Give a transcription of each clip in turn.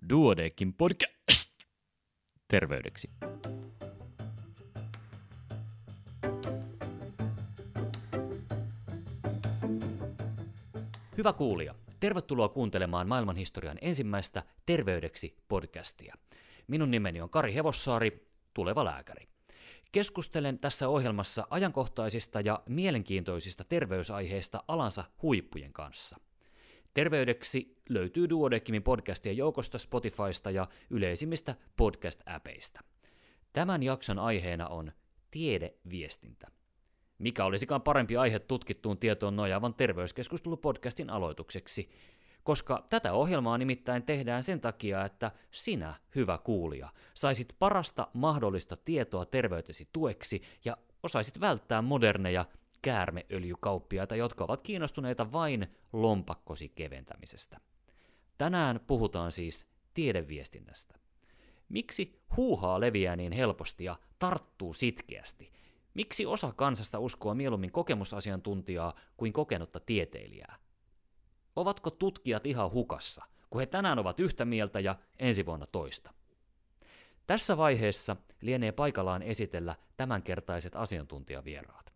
Duodeckin podcast terveydeksi. Hyvä kuulija, tervetuloa kuuntelemaan maailmanhistorian ensimmäistä terveydeksi podcastia. Minun nimeni on Kari Hevossaari, tuleva lääkäri. Keskustelen tässä ohjelmassa ajankohtaisista ja mielenkiintoisista terveysaiheista alansa huippujen kanssa. Terveydeksi löytyy Duodeckimin podcastien joukosta Spotifysta ja yleisimmistä podcast-äpeistä. Tämän jakson aiheena on tiedeviestintä. Mikä olisikaan parempi aihe tutkittuun tietoon nojaavan terveyskeskustelupodcastin aloitukseksi, koska tätä ohjelmaa nimittäin tehdään sen takia, että sinä, hyvä kuulija, saisit parasta mahdollista tietoa terveytesi tueksi ja osaisit välttää moderneja käärmeöljykauppiaita, jotka ovat kiinnostuneita vain lompakkosi keventämisestä. Tänään puhutaan siis tiedeviestinnästä. Miksi huuhaa leviää niin helposti ja tarttuu sitkeästi? Miksi osa kansasta uskoo mieluummin kokemusasiantuntijaa kuin kokenutta tieteilijää? Ovatko tutkijat ihan hukassa, kun he tänään ovat yhtä mieltä ja ensi vuonna toista? Tässä vaiheessa lienee paikallaan esitellä tämänkertaiset asiantuntijavieraat.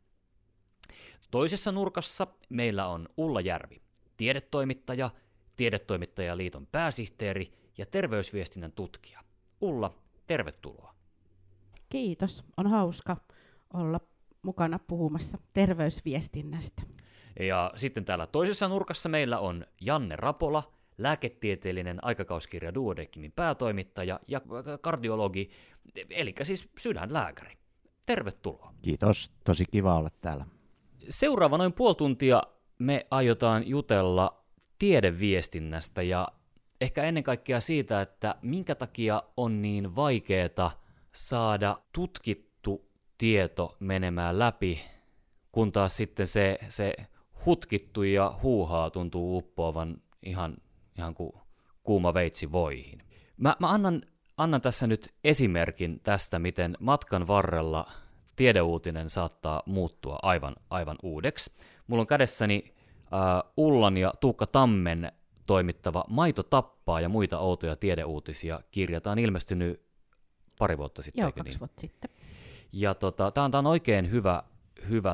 Toisessa nurkassa meillä on Ulla Järvi, tiedetoimittaja, Tiedetoimittajaliiton pääsihteeri ja terveysviestinnän tutkija. Ulla, tervetuloa. Kiitos, on hauska olla mukana puhumassa terveysviestinnästä. Ja sitten täällä toisessa nurkassa meillä on Janne Rapola, lääketieteellinen aikakauskirja Duodeckimin päätoimittaja ja kardiologi, eli siis sydänlääkäri. Tervetuloa. Kiitos, tosi kiva olla täällä. Seuraava noin puoli tuntia me aiotaan jutella tiedeviestinnästä ja ehkä ennen kaikkea siitä, että minkä takia on niin vaikeaa saada tutkittu tieto menemään läpi, kun taas sitten se hutkittu ja huuhaa tuntuu uppoavan ihan kuin kuuma veitsi voihin. Mä annan tässä nyt esimerkin tästä, miten matkan varrella tiedeuutinen saattaa muuttua aivan uudeksi. Mulla on kädessäni Ullan ja Tuukka Tammen toimittava Maito tappaa ja muita outoja tiedeuutisia kirja. Tämä on ilmestynyt pari vuotta sitten, Joo, eikö 2 niin? vuotta sitten. Ja tämä on oikein hyvä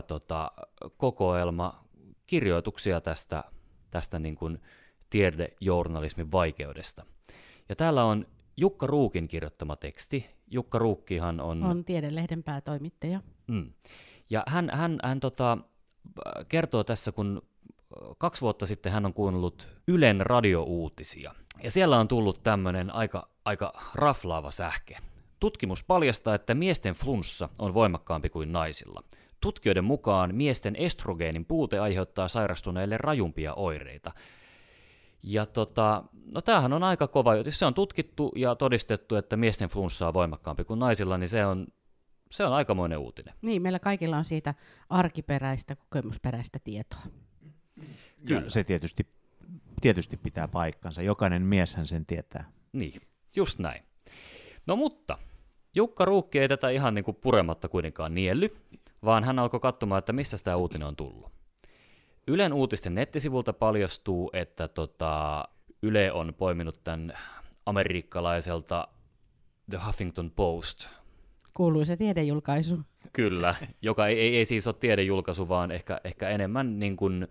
kokoelma kirjoituksia tästä niin kuin tiedejournalismin vaikeudesta. Ja täällä on Jukka Ruukin kirjoittama teksti. Jukka Ruukkihan on Tiedelehden päätoimittaja. Ja hän kertoo tässä, kun 2 vuotta sitten hän on kuunnellut Ylen radiouutisia. Ja siellä on tullut tämmöinen aika raflaava sähke. Tutkimus paljastaa, että miesten flunssa on voimakkaampi kuin naisilla. Tutkijoiden mukaan miesten estrogeenin puute aiheuttaa sairastuneille rajumpia oireita. Ja no tämähän on aika kova, jos se on tutkittu ja todistettu, että miesten flunssa on voimakkaampi kuin naisilla, niin se on aikamoinen uutinen. Niin, meillä kaikilla on siitä arkiperäistä, kokemusperäistä tietoa. Kyllä. Se tietysti pitää paikkansa. Jokainen mieshän sen tietää. Niin, just näin. No mutta, Jukka Ruukki ei tätä ihan niin kuin purematta kuitenkaan nielly, vaan hän alkoi katsomaan, että missä tämä uutinen on tullut. Ylen uutisten nettisivulta paljastuu, että Yle on poiminut tämän amerikkalaiselta The Huffington Post. Kuuluisa tiedejulkaisu. Kyllä, joka ei siis ole tiedejulkaisu, vaan ehkä enemmän niin kuin,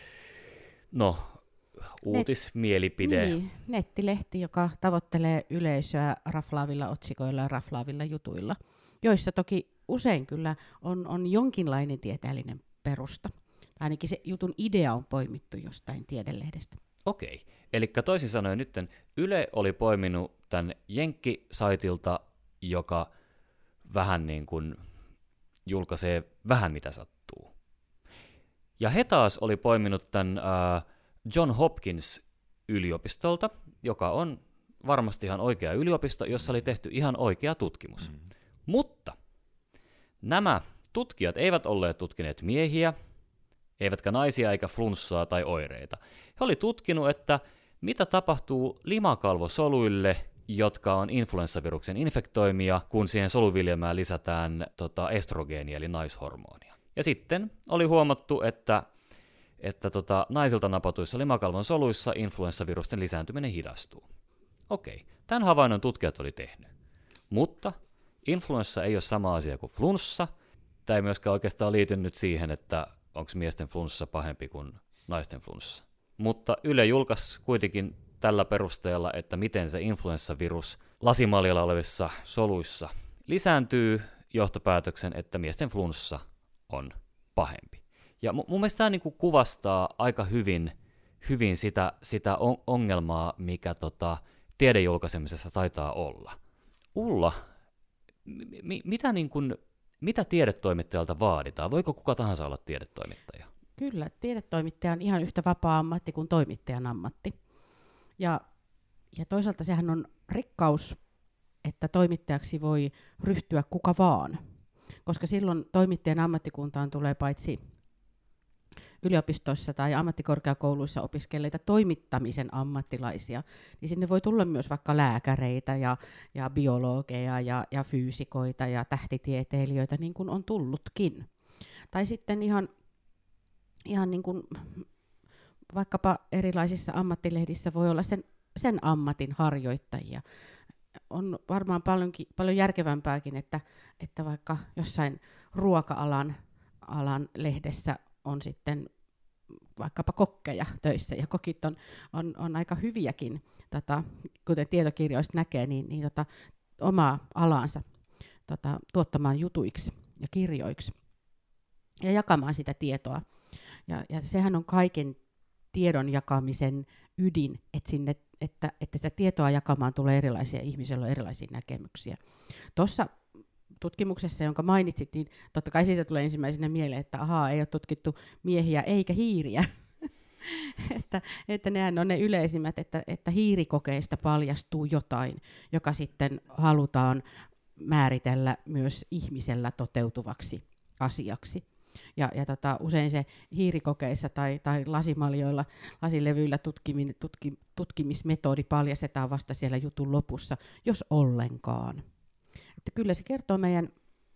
uutismielipide. Niin, nettilehti, joka tavoittelee yleisöä raflaavilla otsikoilla ja raflaavilla jutuilla, joissa toki usein kyllä on jonkinlainen tieteellinen perusta. Ainakin se jutun idea on poimittu jostain tiedelehdestä. Okei, eli toisin sanoen nyt Yle oli poiminut tämän Jenkki-saitilta, joka vähän niin kuin julkaisee vähän mitä sattuu. Ja he taas oli poiminut tämän John Hopkins yliopistolta, joka on varmasti ihan oikea yliopisto, jossa oli tehty ihan oikea tutkimus. Mutta nämä tutkijat eivät olleet tutkineet miehiä, eivätkä naisia eikä flunssaa tai oireita. He oli tutkinut, että mitä tapahtuu limakalvosoluille, jotka on influenssaviruksen infektoimia, kun siihen soluviljelmään lisätään estrogeenia eli naishormonia. Ja sitten oli huomattu, että naisilta napatuissa limakalvon soluissa influenssavirusten lisääntyminen hidastuu. Okei, tämän havainnon tutkijat oli tehnyt. Mutta influenssa ei ole sama asia kuin flunssa. Tämä ei myöskään oikeastaan liity nyt siihen, että onko miesten flunssa pahempi kuin naisten flunssa. Mutta Yle julkaisi kuitenkin tällä perusteella, että miten se influenssavirus lasimaljalla olevissa soluissa lisääntyy, johtopäätöksen, että miesten flunssa on pahempi. Ja mun mielestä tämä niinku kuvastaa aika hyvin sitä ongelmaa, mikä tiedejulkaisemisessa taitaa olla. Ulla, mitä tiedetoimittajalta vaaditaan? Voiko kuka tahansa olla tiedetoimittaja? Kyllä, tiedetoimittaja on ihan yhtä vapaa ammatti kuin toimittajan ammatti. Ja toisaalta sehän on rikkaus, että toimittajaksi voi ryhtyä kuka vaan, koska silloin toimittajan ammattikuntaan tulee paitsi yliopistoissa tai ammattikorkeakouluissa opiskelleita toimittamisen ammattilaisia, niin sinne voi tulla myös vaikka lääkäreitä ja biologeja ja fyysikoita ja tähtitieteilijöitä, niin kuin on tullutkin. Tai sitten ihan niin kuin vaikkapa erilaisissa ammattilehdissä voi olla sen ammatin harjoittajia. On varmaan paljon järkevämpääkin, että vaikka jossain ruoka-alan lehdessä on sitten vaikkapa kokkeja töissä, ja kokit on aika hyviäkin, kuten tietokirjoista näkee, niin omaa alaansa tuottamaan jutuiksi ja kirjoiksi ja jakamaan sitä tietoa. Ja sehän on kaiken tiedon jakamisen ydin, että sitä tietoa jakamaan tulee erilaisia ihmisiä, on erilaisia näkemyksiä. Tuossa tutkimuksessa, jonka mainitsit, niin totta kai siitä tulee ensimmäisenä mieleen, että ei ole tutkittu miehiä eikä hiiriä. että nehän on ne yleisimmät, että hiirikokeista paljastuu jotain, joka sitten halutaan määritellä myös ihmisellä toteutuvaksi asiaksi. Ja usein se hiirikokeissa tai lasimaljoilla, lasilevyillä tutkimismetodi paljastetaan vasta siellä jutun lopussa, jos ollenkaan. Että kyllä se kertoo meidän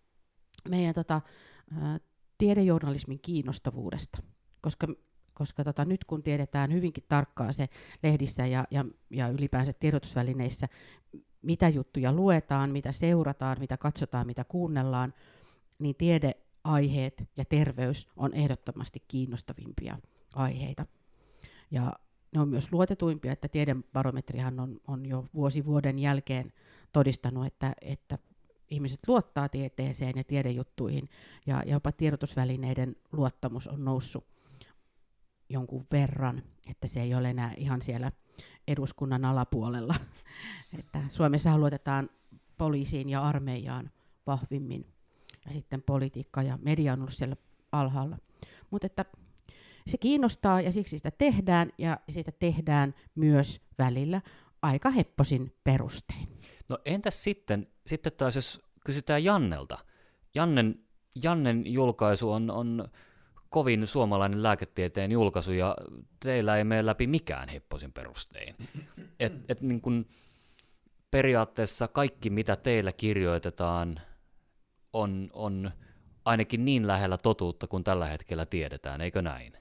tiedejournalismin kiinnostavuudesta, koska nyt kun tiedetään hyvinkin tarkkaan se lehdissä ja ylipäänsä tiedotusvälineissä, mitä juttuja luetaan, mitä seurataan, mitä katsotaan, mitä kuunnellaan, niin tiedeaiheet ja terveys on ehdottomasti kiinnostavimpia aiheita. Ja ne on myös luotetuimpia, että tiedebarometrihan on jo vuosi vuoden jälkeen todistanut, että ihmiset luottaa tieteeseen ja tiedejuttuihin, ja jopa tiedotusvälineiden luottamus on noussut jonkun verran, että se ei ole enää ihan siellä eduskunnan alapuolella. Että Suomessa luotetaan poliisiin ja armeijaan vahvimmin, ja sitten politiikka ja media on ollut siellä alhaalla. Mutta että se kiinnostaa, ja siksi sitä tehdään, ja sitä tehdään myös välillä aika hepposin perustein. No entäs sitten taas jos kysytään Jannelta. Jannen julkaisu on kovin suomalainen lääketieteen julkaisu, ja teillä ei mene läpi mikään hepposin perustein. Et niin kun periaatteessa kaikki, mitä teillä kirjoitetaan, on ainakin niin lähellä totuutta kuin tällä hetkellä tiedetään, eikö näin?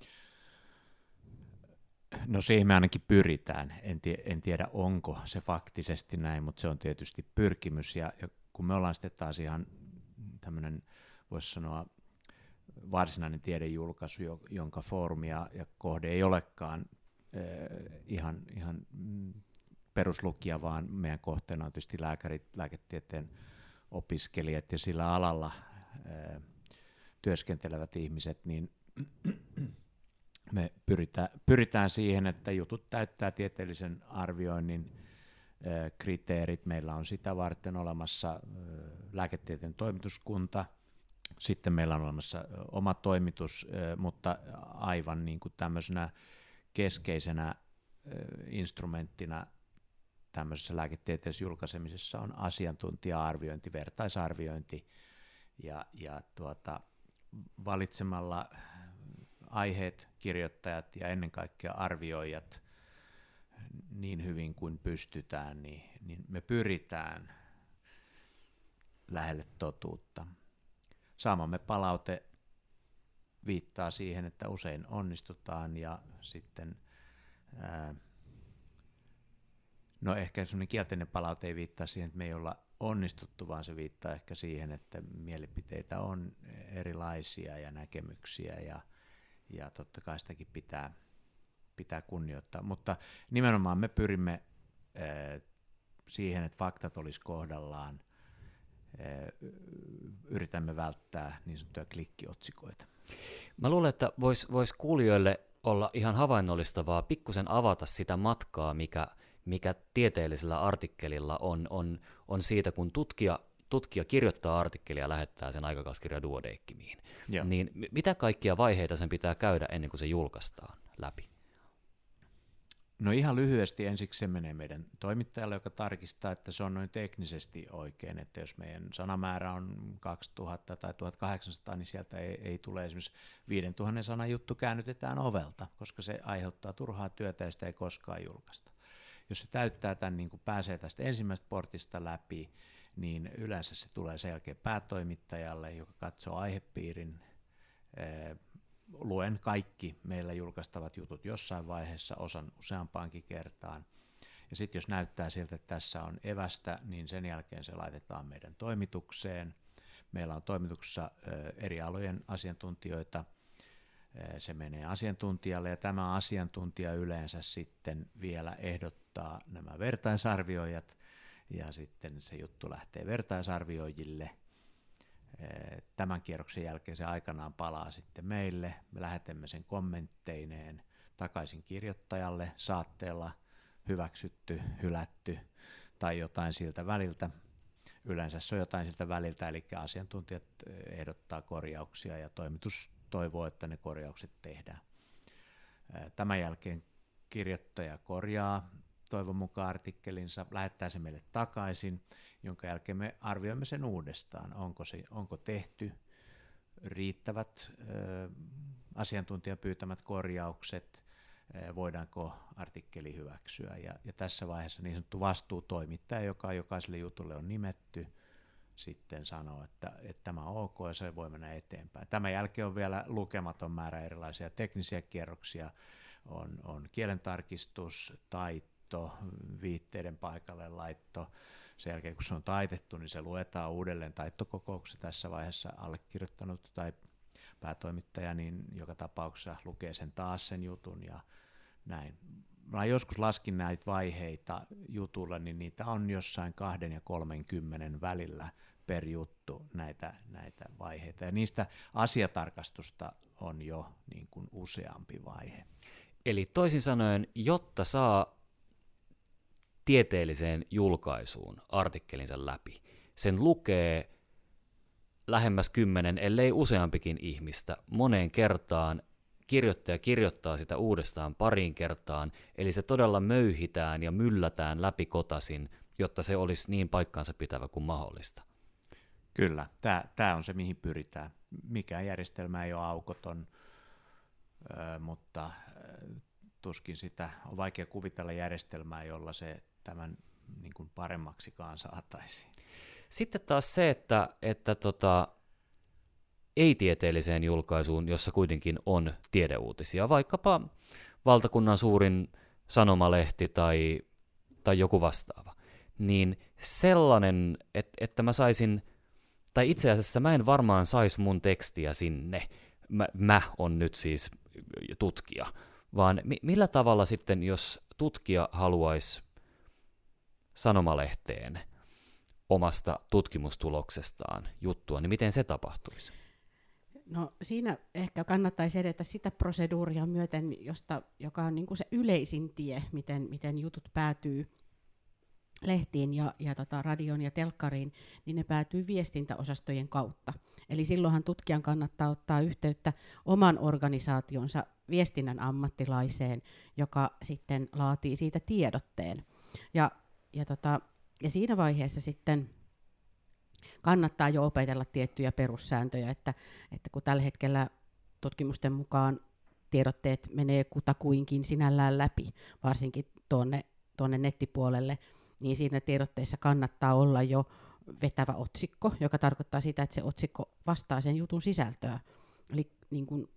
No siihen me ainakin pyritään. En tiedä, onko se faktisesti näin, mutta se on tietysti pyrkimys. Ja kun me ollaan sitten taas ihan tämmöinen, voisi sanoa, varsinainen tiedejulkaisu, jonka foorumia ja kohde ei olekaan ihan peruslukija, vaan meidän kohteena on tietysti lääkärit, lääketieteen opiskelijat ja sillä alalla työskentelevät ihmiset, niin me pyritään siihen, että jutut täyttää tieteellisen arvioinnin kriteerit. Meillä on sitä varten olemassa lääketieteen toimituskunta, sitten meillä on olemassa oma toimitus, mutta aivan niin kuin tämmöisenä keskeisenä instrumenttina tämmöisessä lääketieteellisessä julkaisemisessa on asiantuntija-arviointi, vertaisarviointi, ja valitsemalla aiheet, kirjoittajat ja ennen kaikkea arvioijat niin hyvin kuin pystytään, niin me pyritään lähelle totuutta. Saamamme palaute viittaa siihen, että usein onnistutaan, ja sitten No ehkä semmoinen kielteinen palaute ei viittaa siihen, että me ei olla onnistuttu, vaan se viittaa ehkä siihen, että mielipiteitä on erilaisia ja näkemyksiä ja totta kai sitäkin pitää kunnioittaa. Mutta nimenomaan me pyrimme siihen, että faktat olisi kohdallaan. Yritämme välttää niin sanottuja klikkiotsikoita. Mä luulen, että vois kuulijoille olla ihan havainnollistavaa pikkusen avata sitä matkaa, mikä tieteellisellä artikkelilla on siitä, kun tutkija kirjoittaa artikkelia ja lähettää sen aikakauskirja Duodecimiin. Niin mitä kaikkia vaiheita sen pitää käydä ennen kuin se julkaistaan läpi? No ihan lyhyesti ensiksi se menee meidän toimittajalle, joka tarkistaa, että se on noin teknisesti oikein, että jos meidän sanamäärä on 2000 tai 1800, niin sieltä ei tule esimerkiksi 5000 sanan juttu käännytetään ovelta, koska se aiheuttaa turhaa työtä ja sitä ei koskaan julkaista. Jos se täyttää tämän, niin kuin pääsee tästä ensimmäisestä portista läpi, niin yleensä se tulee sen jälkeen päätoimittajalle, joka katsoo aihepiirin. Luen kaikki meillä julkaistavat jutut jossain vaiheessa, osan useampaankin kertaan. Ja sitten jos näyttää siltä, että tässä on evästä, niin sen jälkeen se laitetaan meidän toimitukseen. Meillä on toimituksessa eri alojen asiantuntijoita. Se menee asiantuntijalle ja tämä asiantuntija yleensä sitten vielä ehdottaa nämä vertaisarvioijat ja sitten se juttu lähtee vertaisarvioijille. Tämän kierroksen jälkeen se aikanaan palaa sitten meille. Me lähetämme sen kommentteineen takaisin kirjoittajalle saatteella hyväksytty, hylätty tai jotain siltä väliltä. Yleensä se on jotain siltä väliltä, eli asiantuntijat ehdottaa korjauksia ja toimitus toivoo, että ne korjaukset tehdään. Tämän jälkeen kirjoittaja korjaa toivon mukaan artikkelinsa, lähettää se meille takaisin, jonka jälkeen me arvioimme sen uudestaan, onko tehty riittävät asiantuntijan pyytämät korjaukset, voidaanko artikkeli hyväksyä. Ja tässä vaiheessa niin sanottu vastuutoimittaja, joka jokaiselle jutulle on nimetty, sitten sanoo, että tämä on ok ja se voi mennä eteenpäin. Tämän jälkeen on vielä lukematon määrä erilaisia teknisiä kierroksia, on kielentarkistus, taitto, viitteiden paikalle laitto. Sen jälkeen kun se on taitettu, niin se luetaan uudelleen taittokokouksessa. Tässä vaiheessa allekirjoittanut tai päätoimittaja, niin joka tapauksessa lukee sen taas sen jutun ja näin. Mä joskus laskin näitä vaiheita jutulla, niin niitä on jossain 2 ja 30 välillä per juttu näitä vaiheita. Ja niistä asiatarkastusta on jo niin kuin useampi vaihe. Eli toisin sanoen, jotta saa tieteelliseen julkaisuun artikkelinsa läpi, sen lukee lähemmäs 10, ellei useampikin ihmistä moneen kertaan, kirjoittaja kirjoittaa sitä uudestaan pariin kertaan, eli se todella möyhitään ja myllätään läpikotaisin, jotta se olisi niin paikkaansa pitävä kuin mahdollista. Kyllä, tämä on se, mihin pyritään. Mikään järjestelmä ei ole aukoton, mutta tuskin sitä on vaikea kuvitella järjestelmää, jolla se tämän niin kuin paremmaksikaan saataisiin. Sitten taas se, että ei-tieteelliseen julkaisuun, jossa kuitenkin on tiedeuutisia, vaikkapa valtakunnan suurin sanomalehti tai joku vastaava, niin sellainen, että mä saisin, tai itse asiassa mä en varmaan saisi mun tekstiä sinne, mä on nyt siis tutkija, vaan millä tavalla sitten, jos tutkija haluaisi sanomalehteen omasta tutkimustuloksestaan juttua, niin miten se tapahtuisi? No siinä ehkä kannattaisi edetä sitä proseduuria myöten, joka on niin kuin se yleisin tie, miten jutut päätyy lehtiin ja radioon ja telkkariin, niin ne päätyy viestintäosastojen kautta. Eli silloinhan tutkijan kannattaa ottaa yhteyttä oman organisaationsa viestinnän ammattilaiseen, joka sitten laatii siitä tiedotteen. Ja siinä vaiheessa sitten kannattaa jo opetella tiettyjä perussääntöjä, että kun tällä hetkellä tutkimusten mukaan tiedotteet menee kutakuinkin sinällään läpi, varsinkin tuonne nettipuolelle, niin siinä tiedotteessa kannattaa olla jo vetävä otsikko, joka tarkoittaa sitä, että se otsikko vastaa sen jutun sisältöä. Eli niin kuin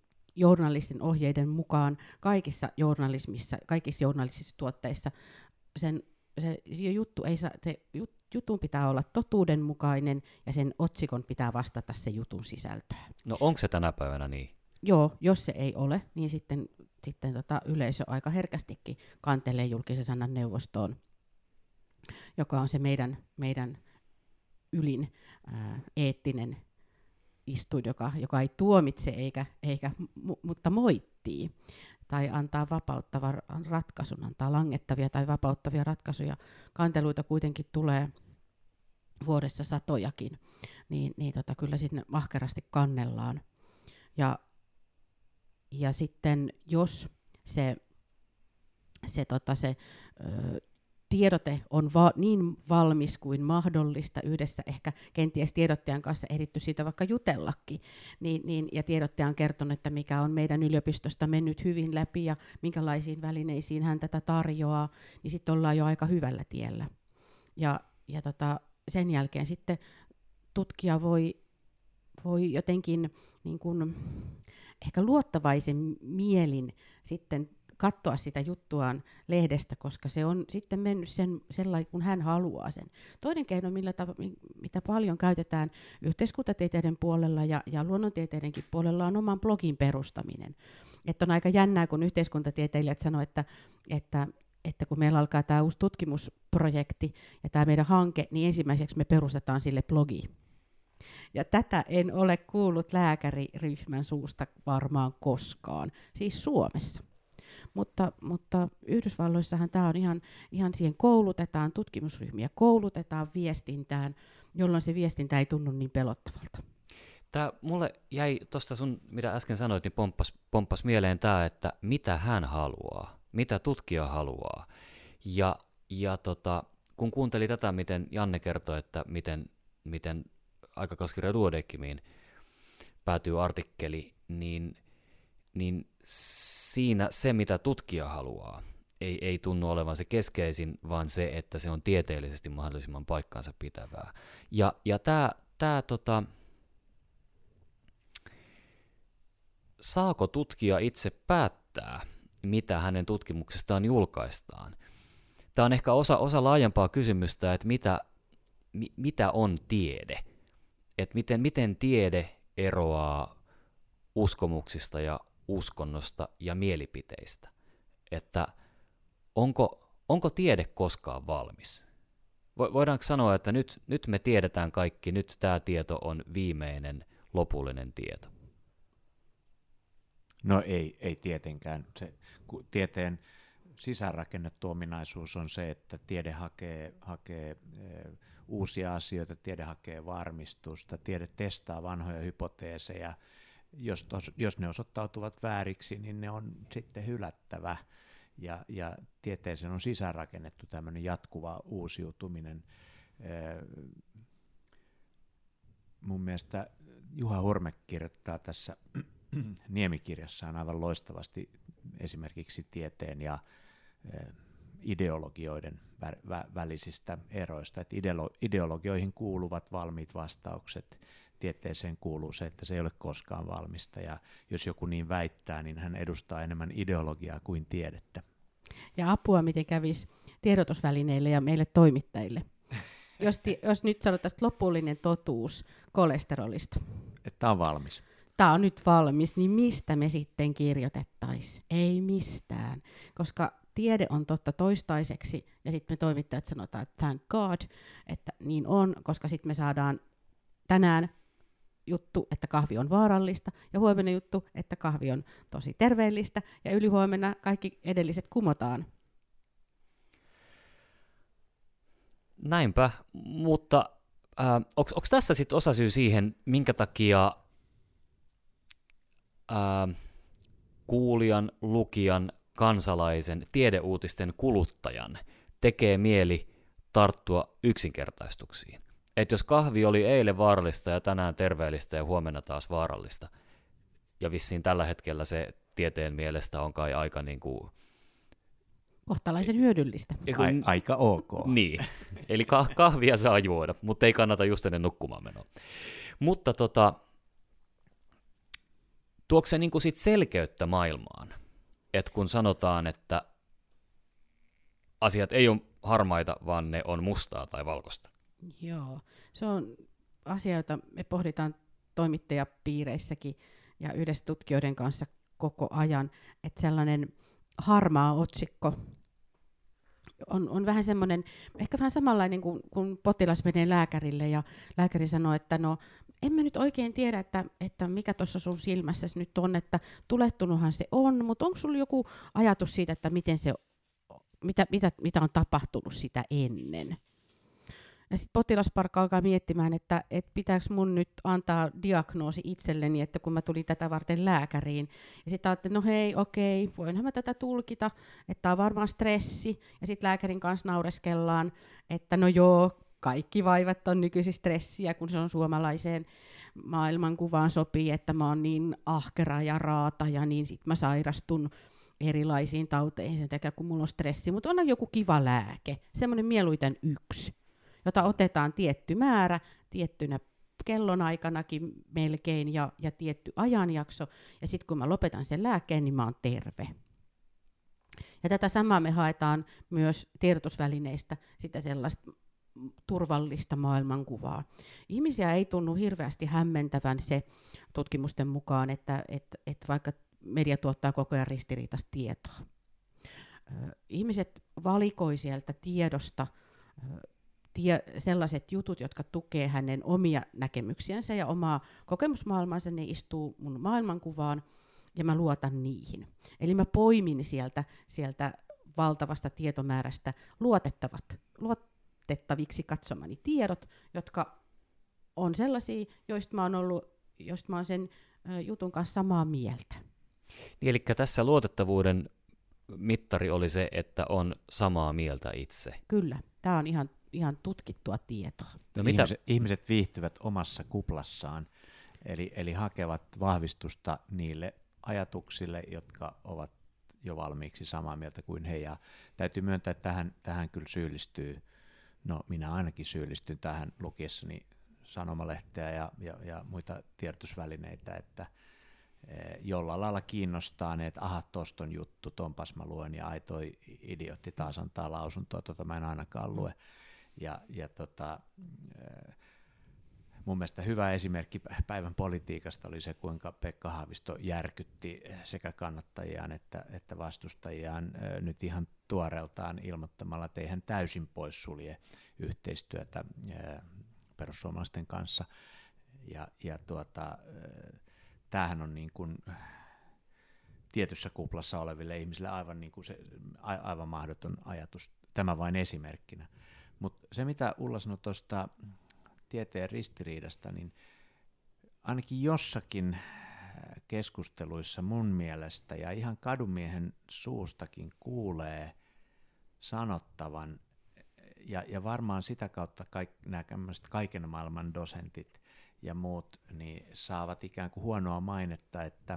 journalistin ohjeiden mukaan kaikissa journalistisissa tuotteissa sen juttu ei saa, jutun pitää olla totuudenmukainen ja sen otsikon pitää vastata se jutun sisältöä. No onko se tänä päivänä niin? Joo, jos se ei ole, niin sitten yleisö aika herkästikin kantelee julkisen sanan neuvostoon, joka on se meidän ylin eettinen istuin, joka ei tuomitse mutta moittii tai antaa vapauttavan ratkaisun, antaa langettavia tai vapauttavia ratkaisuja. Kanteluita kuitenkin tulee vuodessa satojakin, niin kyllä sinne ahkerasti kannellaan. Ja sitten jos se tiedote on niin valmis kuin mahdollista yhdessä, ehkä kenties tiedottajan kanssa ehditty siitä vaikka jutellakin, ja tiedottaja on kertonut, että mikä on meidän yliopistosta mennyt hyvin läpi ja minkälaisiin välineisiin hän tätä tarjoaa, niin sitten ollaan jo aika hyvällä tiellä. Ja sen jälkeen sitten tutkija voi jotenkin niin kuin ehkä luottavaisen mielin sitten katsoa sitä juttuaan lehdestä, koska se on sitten mennyt sellainen, kun hän haluaa sen. Toinen keino, mitä paljon käytetään yhteiskuntatieteiden puolella ja luonnontieteidenkin puolella, on oman blogin perustaminen. Että on aika jännää, kun yhteiskuntatieteilijät sanoo, että kun meillä alkaa tämä uusi tutkimusprojekti ja tämä meidän hanke, niin ensimmäiseksi me perustetaan sille blogi. Ja tätä en ole kuullut lääkäriryhmän suusta varmaan koskaan, siis Suomessa. Mutta Yhdysvalloissahan tämä on ihan siihen koulutetaan, tutkimusryhmiä koulutetaan viestintään, jolloin se viestintä ei tunnu niin pelottavalta. Tämä mulle jäi tuosta sun, mitä äsken sanoit, niin pomppas mieleen tämä, että mitä hän haluaa, mitä tutkija haluaa. Ja kun kuuntelin tätä, miten Janne kertoi, että miten aikakauskirja Duodecimiin päätyy artikkeli, niin siinä se, mitä tutkija haluaa, ei tunnu olevan se keskeisin, vaan se, että se on tieteellisesti mahdollisimman paikkaansa pitävää. Ja saako tutkija itse päättää, mitä hänen tutkimuksestaan julkaistaan? Tämä on ehkä osa laajempaa kysymystä, että mitä on tiede? Että miten tiede eroaa uskomuksista ja uskonnosta ja mielipiteistä, että onko tiede koskaan valmis? Voidaanko sanoa, että nyt me tiedetään kaikki, nyt tämä tieto on viimeinen lopullinen tieto? No ei tietenkään. Tieteen sisäänrakennettu ominaisuus on se, että tiede hakee uusia asioita, tiede hakee varmistusta, tiede testaa vanhoja hypoteeseja. Jos ne osoittautuvat vääriksi, niin ne on sitten hylättävä. Ja tieteeseen on sisäänrakennettu tämmöinen jatkuva uusiutuminen. Mun mielestä Juha Hurme kirjoittaa tässä Niemikirjassaan aivan loistavasti esimerkiksi tieteen ja ideologioiden välisistä eroista. Että ideologioihin kuuluvat valmiit vastaukset, tieteeseen kuuluu se, että se ei ole koskaan valmista, ja jos joku niin väittää, niin hän edustaa enemmän ideologiaa kuin tiedettä. Ja apua, miten kävisi tiedotusvälineille ja meille toimittajille. Jos nyt sanotaan lopullinen totuus kolesterolista. Että tämä on valmis. Tämä on nyt valmis, niin mistä me sitten kirjoitettaisiin? Ei mistään, koska tiede on totta toistaiseksi, ja sitten me toimittajat sanotaan, että thank God, että niin on, koska sitten me saadaan tänään juttu, että kahvi on vaarallista, ja huomenna juttu, että kahvi on tosi terveellistä, ja ylihuomenna kaikki edelliset kumotaan. Näinpä, mutta onko tässä sitten osasyy siihen, minkä takia kuulijan, lukijan, kansalaisen, tiedeuutisten kuluttajan tekee mieli tarttua yksinkertaistuksiin? Että jos kahvi oli eilen vaarallista ja tänään terveellistä ja huomenna taas vaarallista, ja vissiin tällä hetkellä se tieteen mielestä on kai aika niin kuin kohtalaisen hyödyllistä. Aika ok. Niin, eli kahvia saa juoda, mutta ei kannata just ennen nukkumaan menoa. Mutta tuoko se niin kuin sit selkeyttä maailmaan? Että kun sanotaan, että asiat ei ole harmaita, vaan ne on mustaa tai valkoista. Joo, se on asia, jota me pohditaan toimittajapiireissäkin ja yhdessä tutkijoiden kanssa koko ajan, että sellainen harmaa otsikko on vähän semmoinen, ehkä vähän samanlainen kuin kun potilas menee lääkärille ja lääkäri sanoo, että no en mä nyt oikein tiedä, että mikä tuossa sun silmässäsi nyt on, että tulehtunuthan se on, mutta onko sulla joku ajatus siitä, että miten se, mitä on tapahtunut sitä ennen? Ja sitten potilasparkka alkaa miettimään, että pitääkö mun nyt antaa diagnoosi itselleni, että kun mä tulin tätä varten lääkäriin. Ja sitten ajattelin, no hei, okei, voinhan mä tätä tulkita, että tää on varmaan stressi. Ja sitten lääkärin kanssa naureskellaan, että no joo, kaikki vaivat on nykyisin stressiä, kun se on suomalaiseen maailmankuvaan sopii, että mä oon niin ahkera ja raata ja niin sit mä sairastun erilaisiin tauteihin sen takia, kun mulla on stressi. Mutta on joku kiva lääke, semmoinen mieluiten 1, jota otetaan tietty määrä, tiettynä kellonaikanakin melkein ja tietty ajanjakso. Ja sitten kun mä lopetan sen lääkkeen, niin mä oon terve. Ja tätä samaa me haetaan myös tiedotusvälineistä, sitä sellaista turvallista maailmankuvaa. Ihmisiä ei tunnu hirveästi hämmentävän se tutkimusten mukaan, että vaikka media tuottaa koko ajan ristiriitaista tietoa. Ihmiset valikoi sieltä tiedosta sellaiset jutut, jotka tukee hänen omia näkemyksiänsä ja omaa kokemusmaailmansa, ne istuu mun maailmankuvaan ja mä luotan niihin. Eli mä poimin sieltä valtavasta tietomäärästä luotettaviksi katsomani tiedot, jotka on sellaisia, joista mä oon sen jutun kanssa samaa mieltä. Eli tässä luotettavuuden mittari oli se, että on samaa mieltä itse. Kyllä, tämä on ihan tutkittua tietoa. No ihmiset viihtyvät omassa kuplassaan, eli hakevat vahvistusta niille ajatuksille, jotka ovat jo valmiiksi samaa mieltä kuin he. Ja täytyy myöntää, että tähän kyllä syyllistyy, no minä ainakin syyllistyn tähän lukiessani sanomalehteä ja muita tiedotusvälineitä, että jollain lailla kiinnostaa ne, että aha, tosta on juttu, tonpas mä luen, ja ai toi idiootti taas antaa lausuntoa, mä en ainakaan lue. Mun mielestä hyvä esimerkki päivän politiikasta oli se, kuinka Pekka Haavisto järkytti sekä kannattajiaan että vastustajiaan nyt ihan tuoreeltaan ilmoittamalla, että ei hän täysin poissulje yhteistyötä perussuomalaisten kanssa. Tämähän on niin kuin tietyssä kuplassa oleville ihmisille aivan, niin kuin aivan mahdoton ajatus, tämä vain esimerkkinä. Mutta se, mitä Ulla sanoi tuosta tieteen ristiriidasta, niin ainakin jossakin keskusteluissa mun mielestä ja ihan kadunmiehen suustakin kuulee sanottavan, ja varmaan sitä kautta nämä kaiken maailman dosentit ja muut niin saavat ikään kuin huonoa mainetta,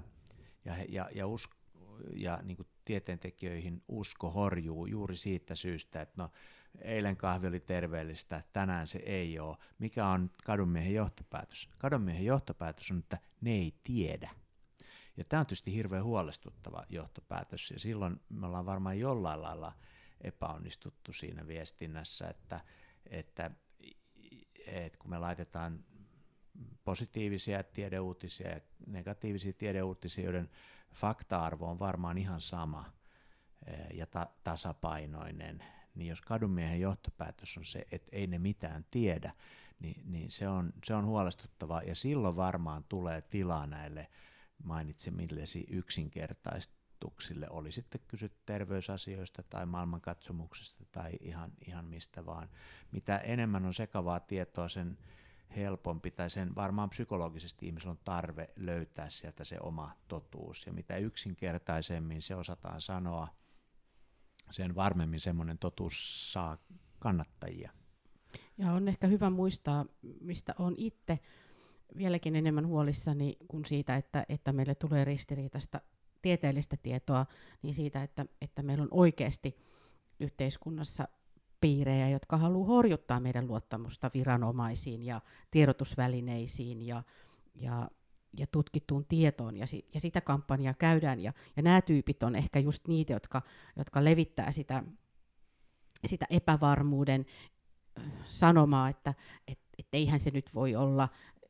ja niin kuin tieteentekijöihin usko horjuu juuri siitä syystä, että no eilen kahvi oli terveellistä, tänään se ei ole. Mikä on kadunmiehen johtopäätös? Kadunmiehen johtopäätös on, että ne ei tiedä. Ja tämä on tietysti hirveän huolestuttava johtopäätös, ja silloin me ollaan varmaan jollain lailla epäonnistuttu siinä viestinnässä, että kun me laitetaan positiivisia tiedeuutisia ja negatiivisia tiedeuutisia, joiden fakta-arvo on varmaan ihan sama ja tasapainoinen, niin jos kadunmiehen johtopäätös on se, että ei ne mitään tiedä, niin se on huolestuttavaa, ja silloin varmaan tulee tilaa näille mainitsemillesi yksinkertaistuksille, oli sitten kysytty terveysasioista tai maailmankatsomuksesta tai ihan mistä vaan. Mitä enemmän on sekavaa tietoa, sen helpompi, tai sen varmaan psykologisesti ihmisellä on tarve löytää sieltä se oma totuus, ja mitä yksinkertaisemmin se osataan sanoa, sen varmemmin semmoinen totuus saa kannattajia. Ja on ehkä hyvä muistaa, mistä olen itse vieläkin enemmän huolissani kuin siitä, että meille tulee ristiriitaista tieteellistä tietoa, niin siitä, että meillä on oikeasti yhteiskunnassa piirejä, jotka haluaa horjuttaa meidän luottamusta viranomaisiin ja tiedotusvälineisiin ja tutkittuun tietoon, ja sitä kampanjaa käydään, ja nämä tyypit on ehkä just niitä, jotka levittää sitä sitä epävarmuuden sanomaa, että eihän se nyt voi olla,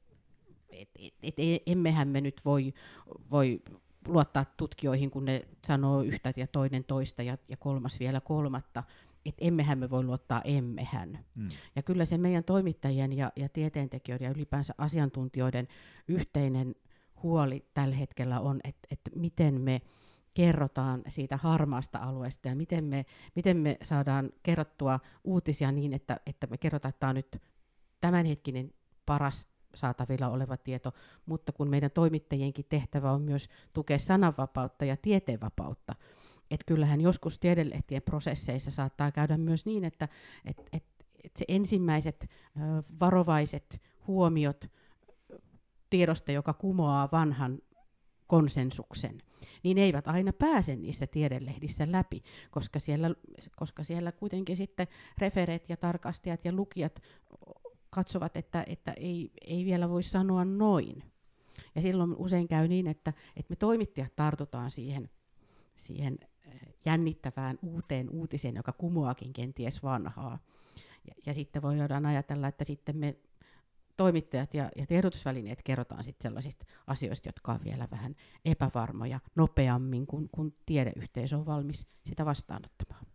emmehän me nyt voi luottaa tutkijoihin, kun ne sanoo yhtä ja toinen toista ja kolmas vielä kolmatta, että emmehän me voi luottaa emmehän. Ja kyllä se meidän toimittajien ja tieteentekijöiden ja ylipäänsä asiantuntijoiden yhteinen huoli tällä hetkellä on, että miten me kerrotaan siitä harmaasta alueesta ja miten me saadaan kerrottua uutisia niin, että me kerrotaan, että tämä on nyt tämänhetkinen paras saatavilla oleva tieto, mutta kun meidän toimittajienkin tehtävä on myös tukea sananvapautta ja tieteenvapautta, että kyllähän joskus tiedelehtien prosesseissa saattaa käydä myös niin, että se ensimmäiset varovaiset huomiot tiedosta, joka kumoaa vanhan konsensuksen, niin eivät aina pääse niissä tiedelehdissä läpi, koska siellä kuitenkin sitten refereet ja tarkastajat ja lukijat katsovat, että ei vielä voi sanoa noin. Ja silloin usein käy niin, että me toimittajat tartutaan siihen jännittävään uuteen uutiseen, joka kumoakin kenties vanhaa. Ja sitten voidaan ajatella, että sitten me toimittajat ja tiedotusvälineet kerrotaan sitten sellaisista asioista, jotka on vielä vähän epävarmoja nopeammin, kun tiedeyhteisö on valmis sitä vastaanottamaan.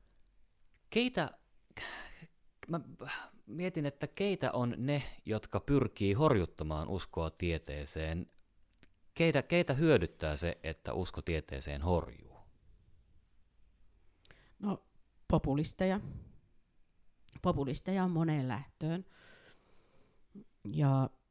Mä mietin, että keitä on ne, jotka pyrkii horjuttamaan uskoa tieteeseen? Keitä hyödyttää se, että usko tieteeseen horjuu? No, populisteja. Populisteja on moneen lähtöön. Ja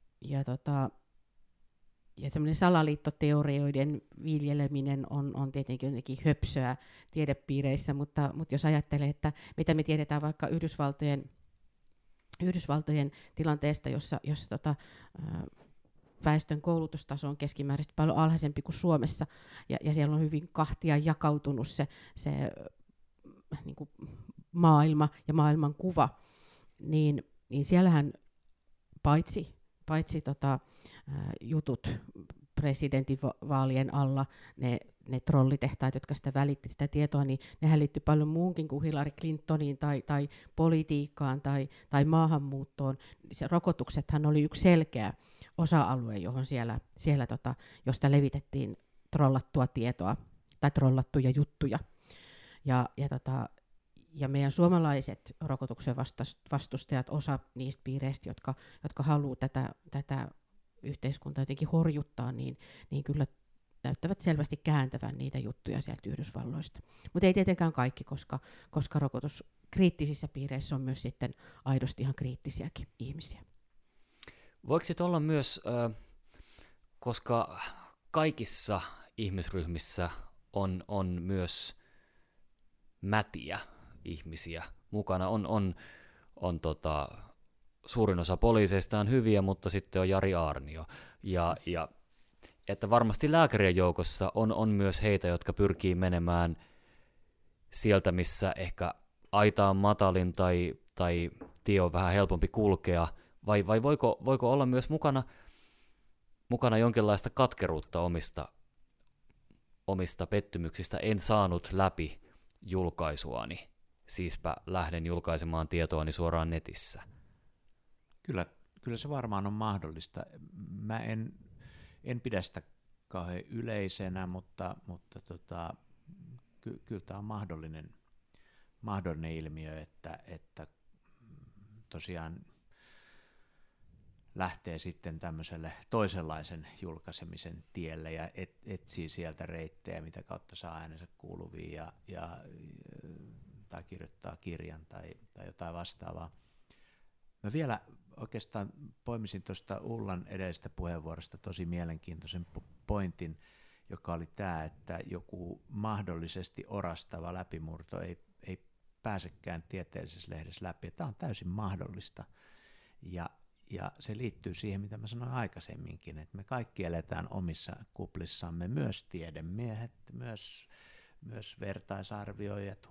semmoinen salaliittoteorioiden viljeleminen on tietenkin jotenkin höpsöä tiedepiireissä, mutta jos ajattelee, että mitä me tiedetään vaikka Yhdysvaltojen tilanteesta, jossa väestön koulutustaso on keskimääräisesti paljon alhaisempi kuin Suomessa, ja siellä on hyvin kahtia jakautunut se niin kuin maailma ja maailman kuva, niin siellähän paitsi jutut presidentinvaalien alla, ne trollitehtaat, jotka sitä välitti sitä tietoa, niin nehän liittyy paljon muunkin kuin Hillary Clintoniin tai politiikkaan tai maahanmuuttoon. Se rokotuksethan oli yksi selkeä osa-alue, johon josta levitettiin trollattua tietoa tai trollattuja juttuja. Ja meidän suomalaiset rokotuksen vastustajat, osa niistä piireistä, jotka haluaa tätä yhteiskuntaa jotenkin horjuttaa, niin kyllä näyttävät selvästi kääntävän niitä juttuja sieltä Yhdysvalloista. Mutta ei tietenkään kaikki, koska rokotus kriittisissä piireissä on myös sitten aidosti ihan kriittisiäkin ihmisiä. Voiko se olla myös, koska kaikissa ihmisryhmissä on myös mätiä ihmisiä mukana, on suurin osa poliiseista on hyviä, mutta sitten on Jari Aarnio. Ja että varmasti lääkärien joukossa on myös heitä, jotka pyrkii menemään sieltä, missä ehkä aita on matalin tai tie on vähän helpompi kulkea, vai voiko olla myös mukana jonkinlaista katkeruutta omista pettymyksistä? En saanut läpi julkaisuani, siispä lähden julkaisemaan tietoani suoraan netissä. Kyllä se varmaan on mahdollista. Mä en pidä sitä kauhean yleisenä, mutta kyllä tämä on mahdollinen ilmiö, että tosiaan lähtee sitten tämmöiselle toisenlaisen julkaisemisen tielle ja etsii sieltä reittejä, mitä kautta saa äänensä kuuluviin tai kirjoittaa kirjan tai jotain vastaavaa. Mä vielä oikeastaan poimisin tuosta Ullan edellisestä puheenvuorosta tosi mielenkiintoisen pointin, joka oli tämä, että joku mahdollisesti orastava läpimurto ei pääsekään tieteellisessä lehdessä läpi. Tämä on täysin mahdollista. Ja se liittyy siihen, mitä mä sanoin aikaisemminkin, että me kaikki eletään omissa kuplissamme, myös tiedemiehet, myös vertaisarvioijat,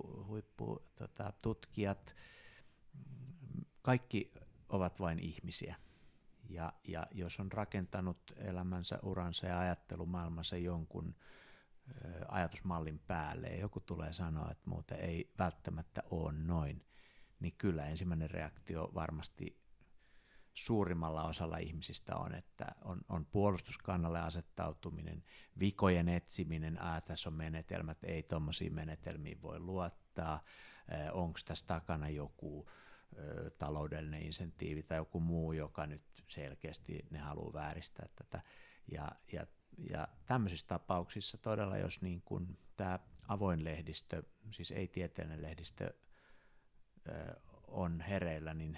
tutkijat, kaikki ovat vain ihmisiä. Ja jos on rakentanut elämänsä, uransa ja ajattelumaailmansa jonkun ajatusmallin päälle ja joku tulee sanoa, että muuten ei välttämättä ole noin, niin kyllä ensimmäinen reaktio varmasti suurimmalla osalla ihmisistä on, että on puolustuskannalle asettautuminen, vikojen etsiminen, tässä on menetelmät, ei tuommoisiin menetelmiin voi luottaa, onko tässä takana joku taloudellinen insentiivi tai joku muu, joka nyt selkeästi ne haluaa vääristää tätä. Ja tämmöisissä tapauksissa todella, jos niin kun tämä avoin lehdistö, siis ei-tieteellinen lehdistö on hereillä, niin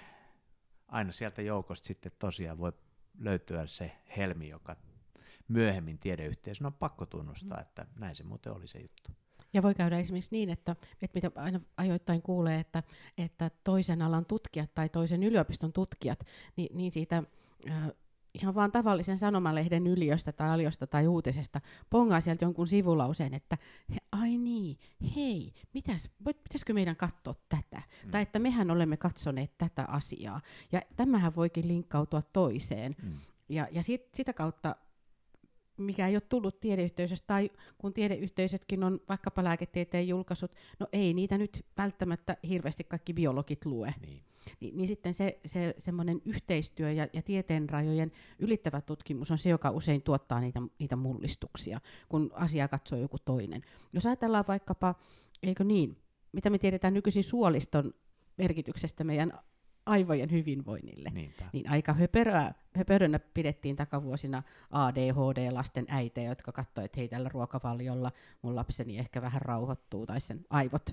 aina sieltä joukosta sitten tosiaan voi löytyä se helmi, joka myöhemmin tiedeyhteisön on pakko tunnustaa, että näin se muuten oli se juttu. Ja voi käydä esimerkiksi niin, että mitä aina ajoittain kuulee, että toisen alan tutkijat tai toisen yliopiston tutkijat, niin siitä ihan vaan tavallisen sanomalehden yliöstä tai aliosta tai uutisesta pongaa sieltä jonkun sivulauseen, että ai niin, hei, pitäisikö meidän katsoa tätä? Tai että mehän olemme katsoneet tätä asiaa. Ja tämähän voikin linkkautua toiseen. Ja sitä kautta, mikä ei ole tullut tiedeyhteisöstä, tai kun tiedeyhteisötkin on vaikkapa lääketieteen julkaisut, no ei niitä nyt välttämättä hirveästi kaikki biologit lue. Niin sitten se semmoinen yhteistyö ja tieteen rajojen ylittävä tutkimus on se, joka usein tuottaa niitä mullistuksia, kun asiaa katsoo joku toinen. Jos ajatellaan vaikkapa, eikö niin, mitä me tiedetään nykyisin suoliston merkityksestä meidän aivojen hyvinvoinnille, niin aika höperönä pidettiin takavuosina ADHD-lasten äitejä, jotka katsoivat, että hei, tällä ruokavaliolla mun lapseni ehkä vähän rauhoittuu, tai sen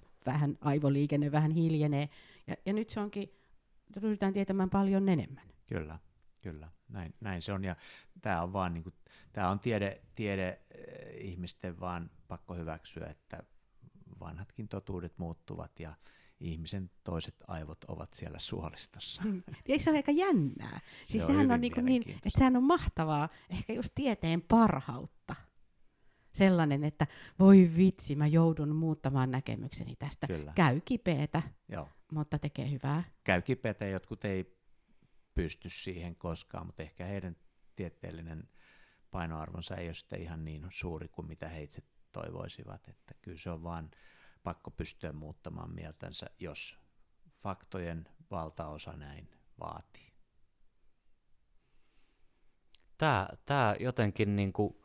aivoliikenne vähän hiljenee, ja nyt se onkin, ryhdytään tietämään paljon enemmän. Kyllä, näin se on, ja tämä on vaan niinku, tämä on tiede ihmisten vaan pakko hyväksyä, että vanhatkin totuudet muuttuvat, ja ihmisen toiset aivot ovat siellä suolistossa. Eikö se ole aika jännää? Siis sehän on niin, että sehän on mahtavaa, ehkä just tieteen parhautta. Sellainen, että voi vitsi, mä joudun muuttamaan näkemykseni tästä. Kyllä. Käy kipeätä, mutta tekee hyvää. Käy kipeätä, jotkut ei pysty siihen koskaan, mutta ehkä heidän tieteellinen painoarvonsa ei ole sitten ihan niin suuri kuin mitä he itse toivoisivat. Että kyllä se on vaan pakko pystyä muuttamaan mieltänsä, jos faktojen valtaosa näin vaatii. Tämä jotenkin niinku,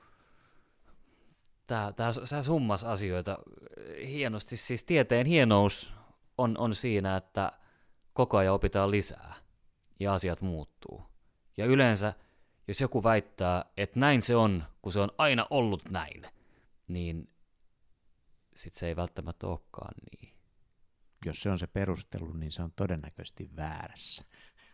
tää summas asioita hienosti. Siis tieteen hienous on siinä, että koko ajan opitaan lisää ja asiat muuttuu. Ja yleensä, jos joku väittää, että näin se on, kun se on aina ollut näin, niin sitten se ei välttämättä olekaan niin. Jos se on se perustelu, niin se on todennäköisesti väärässä.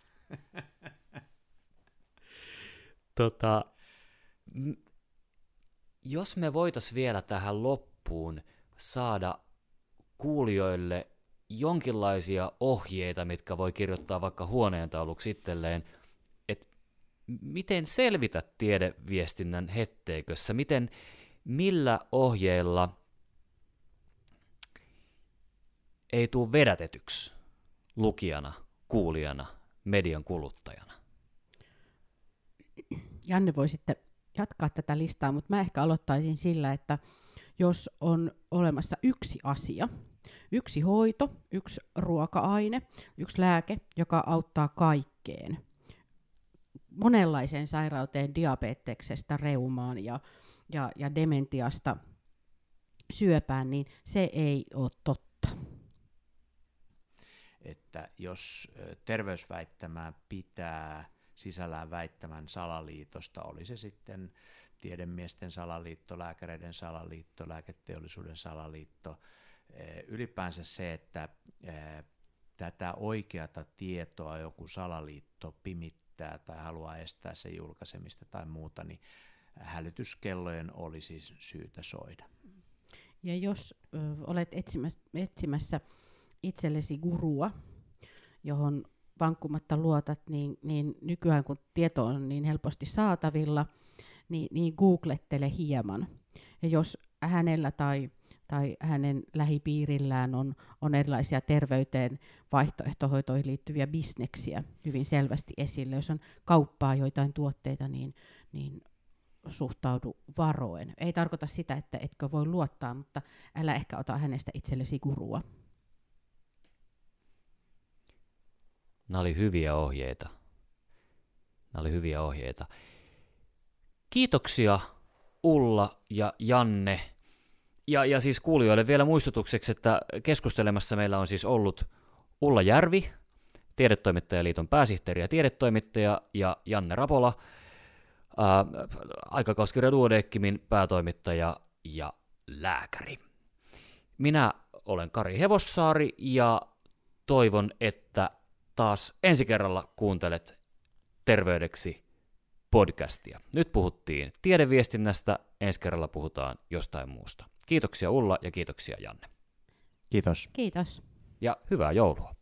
Jos me voitaisiin vielä tähän loppuun saada kuulijoille jonkinlaisia ohjeita, mitkä voi kirjoittaa vaikka huoneentauluksi itselleen, että miten selvitä tiedeviestinnän hetteikössä, millä ohjeilla ei tule vedätetyksi lukijana, kuulijana, median kuluttajana. Janne voi sitten jatkaa tätä listaa, mutta mä ehkä aloittaisin sillä, että jos on olemassa yksi asia, yksi hoito, yksi ruoka-aine, yksi lääke, joka auttaa kaikkeen, monenlaiseen sairauteen, diabeteksestä, reumaan ja dementiasta syöpään, niin se ei ole totta. Että jos terveysväittämää pitää sisällään väittämän salaliitosta, oli se sitten tiedemiesten salaliitto, lääkäreiden salaliitto, lääketeollisuuden salaliitto, ylipäänsä se, että tätä oikeata tietoa joku salaliitto pimittää tai haluaa estää sen julkaisemista tai muuta, niin hälytyskellojen olisi syytä soida. Ja jos olet etsimässä itsellesi gurua, johon vankkumatta luotat, niin nykyään kun tieto on niin helposti saatavilla, niin googlettele hieman. Ja jos hänellä tai hänen lähipiirillään on erilaisia terveyteen, vaihtoehtohoitoihin liittyviä bisneksiä hyvin selvästi esille, jos on kauppaa joitain tuotteita, niin suhtaudu varoen. Ei tarkoita sitä, että etkö voi luottaa, mutta älä ehkä ota hänestä itsellesi gurua. Nämä oli hyviä ohjeita. Kiitoksia Ulla ja Janne. Ja siis kuulijoille vielä muistutukseksi, että keskustelemassa meillä on siis ollut Ulla Järvi, Tiedetoimittajaliiton pääsihteeri ja tiedetoimittaja, ja Janne Rapola, aikakauskirja Duodeckimin päätoimittaja ja lääkäri. Minä olen Kari Hevossaari ja toivon, että taas ensi kerralla kuuntelet Terveydeksi podcastia. Nyt puhuttiin tiedeviestinnästä, ensi kerralla puhutaan jostain muusta. Kiitoksia Ulla ja kiitoksia Janne. Kiitos. Kiitos. Ja hyvää joulua.